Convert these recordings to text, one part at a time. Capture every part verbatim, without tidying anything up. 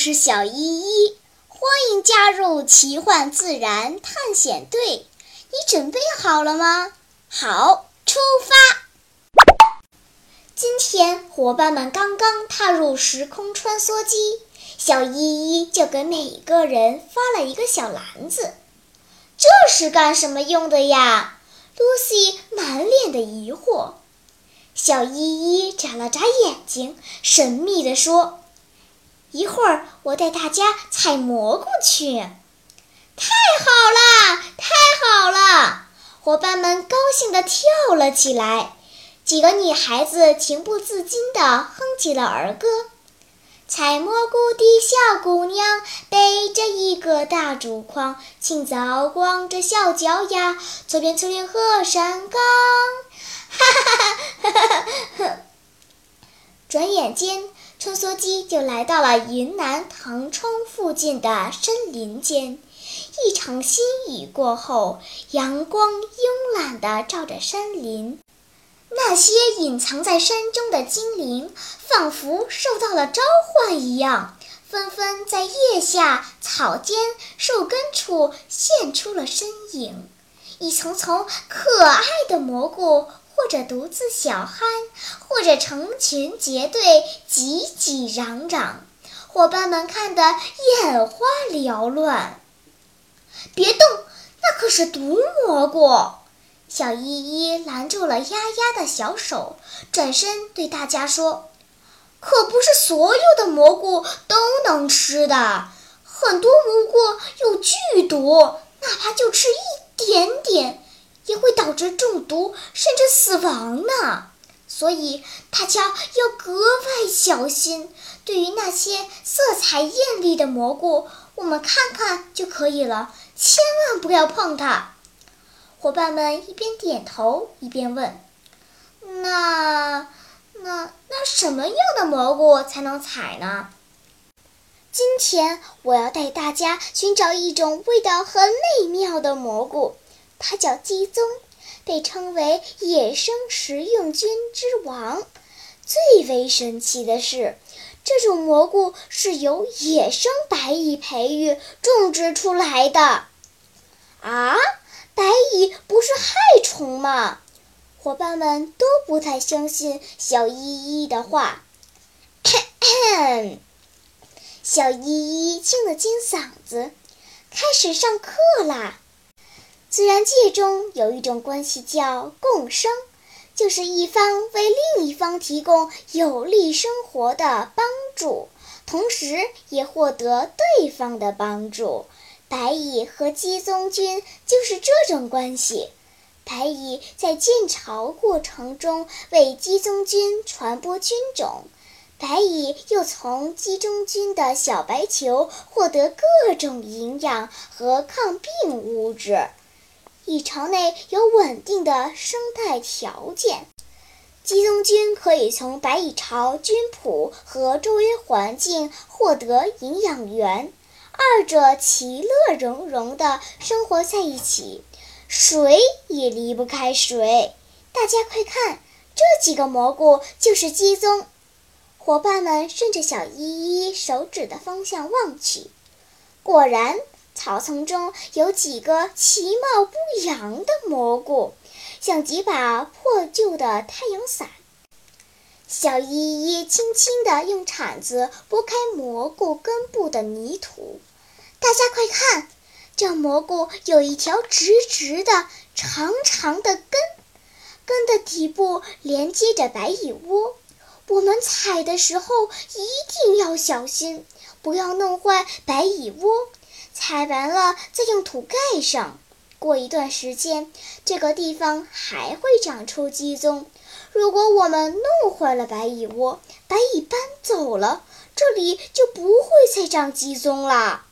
是小依依，欢迎加入奇幻自然探险队。你准备好了吗？好，出发！今天伙伴们刚刚踏入时空穿梭机，小依依就给每个人发了一个小篮子。这是干什么用的呀？露西满脸的疑惑。小依依眨了眨眼睛，神秘地说：一会儿我带大家采蘑菇去。太好啦，太好了！伙伴们高兴地跳了起来，几个女孩子情不自禁地哼起了儿歌。采蘑菇的小姑娘背着一个大竹筐，清早光着小脚丫，左边翠林河山岗。哈哈哈哈哈！转眼间，穿梭机就来到了云南腾冲附近的森林间。一场新雨过后，阳光慵懒地照着山林。那些隐藏在山中的精灵，仿佛受到了召唤一样，纷纷在叶下、草间、树根处现出了身影。一丛丛可爱的蘑菇，或者独自小憨，或者成群结队，挤挤攘攘，伙伴们看得眼花缭乱。别动，那可是毒蘑菇！小依依拦住了丫丫的小手，转身对大家说：可不是所有的蘑菇都能吃的，很多蘑菇有剧毒，哪怕就吃一点点也会导致中毒甚至死亡呢。所以大家要格外小心，对于那些色彩艳丽的蘑菇，我们看看就可以了，千万不要碰它。伙伴们一边点头一边问：那那那什么样的蘑菇才能采呢？今天我要带大家寻找一种味道很美妙的蘑菇，它叫鸡枞，被称为野生食用菌之王。最为神奇的是，这种蘑菇是由野生白蚁培育种植出来的。啊，白蚁不是害虫吗？伙伴们都不太相信小依依的话。咳咳，小依依清了清嗓子，开始上课啦。自然界中有一种关系叫共生，就是一方为另一方提供有利生活的帮助，同时也获得对方的帮助。白蚁和鸡枞菌就是这种关系。白蚁在建巢过程中为鸡枞菌传播菌种，白蚁又从鸡枞菌的小白球获得各种营养和抗病物质。蚁巢内有稳定的生态条件，鸡枞菌可以从白蚁巢菌谱和周围环境获得营养源，二者其乐融融地生活在一起，水也离不开水。大家快看，这几个蘑菇就是鸡枞。伙伴们顺着小依依手指的方向望去，果然草丛中有几个其貌不扬的蘑菇，像几把破旧的太阳伞。小依依轻轻地用铲子拨开蘑菇根部的泥土，大家快看，这蘑菇有一条直直的长长的根，根的底部连接着白蚁窝。我们采的时候一定要小心，不要弄坏白蚁窝。采完了再用土盖上，过一段时间，这个地方还会长出鸡枞。如果我们弄坏了白蚁窝，白蚁搬走了，这里就不会再长鸡枞啦。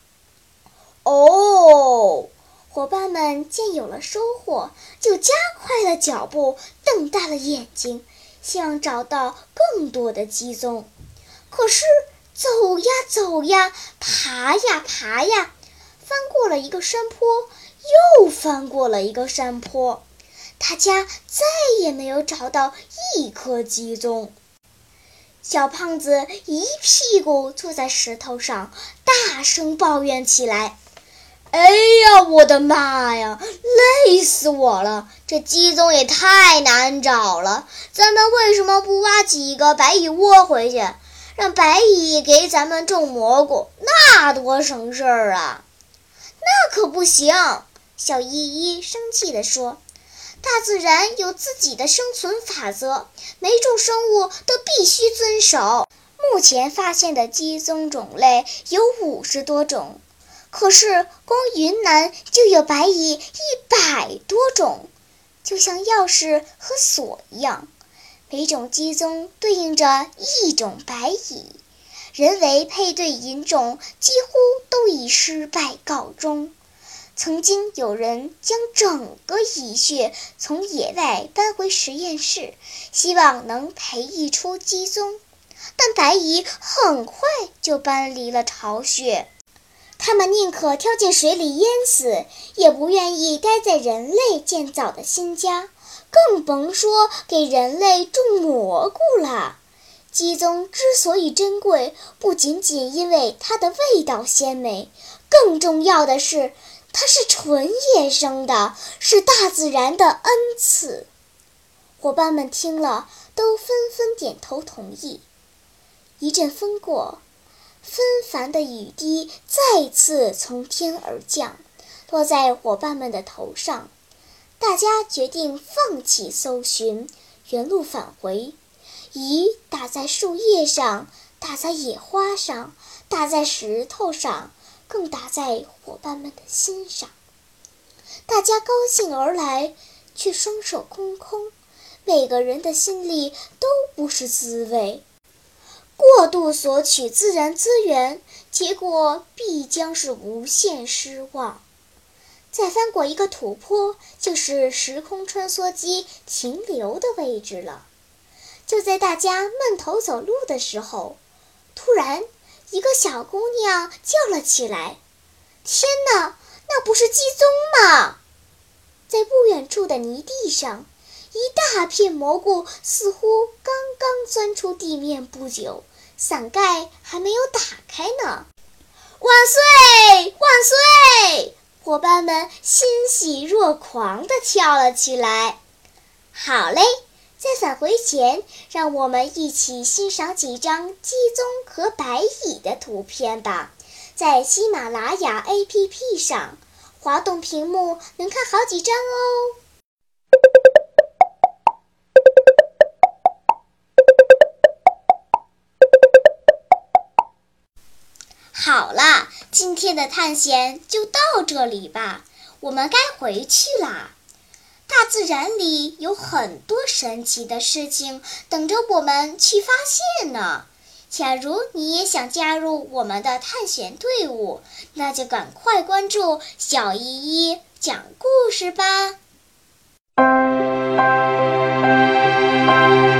哦，伙伴们见有了收获，就加快了脚步，瞪大了眼睛，希望找到更多的鸡枞。可是走呀走呀，爬呀爬呀，翻过了一个山坡，又翻过了一个山坡，大家再也没有找到一颗鸡枞。 小胖子一屁股坐在石头上，大声抱怨起来：“哎呀，我的妈呀，累死我了！这鸡枞也太难找了，咱们为什么不挖几个白蚁窝回去，让白蚁给咱们种蘑菇，那多省事儿啊！”“那可不行！”小依依生气地说，“大自然有自己的生存法则，每种生物都必须遵守。目前发现的鸡枞种类有五十多种，可是光云南就有白蚁一百多种，就像钥匙和锁一样，每种鸡枞对应着一种白蚁。人为配对引种几乎都以失败告终。曾经有人将整个蚁穴从野外搬回实验室，希望能培育出鸡枞，但白蚁很快就搬离了巢穴。它们宁可跳进水里淹死，也不愿意待在人类建造的新家，更甭说给人类种蘑菇了。鸡枞之所以珍贵，不仅仅因为它的味道鲜美，更重要的是它是纯野生的，是大自然的恩赐。伙伴们听了都纷纷点头同意。一阵风过，纷繁的雨滴再次从天而降，落在伙伴们的头上。大家决定放弃搜寻，原路返回。雨打在树叶上，打在野花上，打在石头上，更打在伙伴们的心上。大家高兴而来，却双手空空，每个人的心里都不是滋味。过度索取自然资源，结果必将是无限失望。再翻过一个土坡，就是时空穿梭机停留的位置了。就在大家闷头走路的时候，突然一个小姑娘叫了起来：“天哪，那不是鸡枞吗？”在不远处的泥地上，一大片蘑菇似乎刚刚钻出地面不久，伞盖还没有打开呢。万岁！万岁！伙伴们欣喜若狂地跳了起来。好嘞，在返回前，让我们一起欣赏几张鸡枞和白蚁的图片吧。在喜马拉雅 A P P 上，滑动屏幕能看好几张哦。好啦，今天的探险就到这里吧，我们该回去啦。大自然里有很多神奇的事情等着我们去发现呢。假如你也想加入我们的探险队伍，那就赶快关注小依依讲故事吧。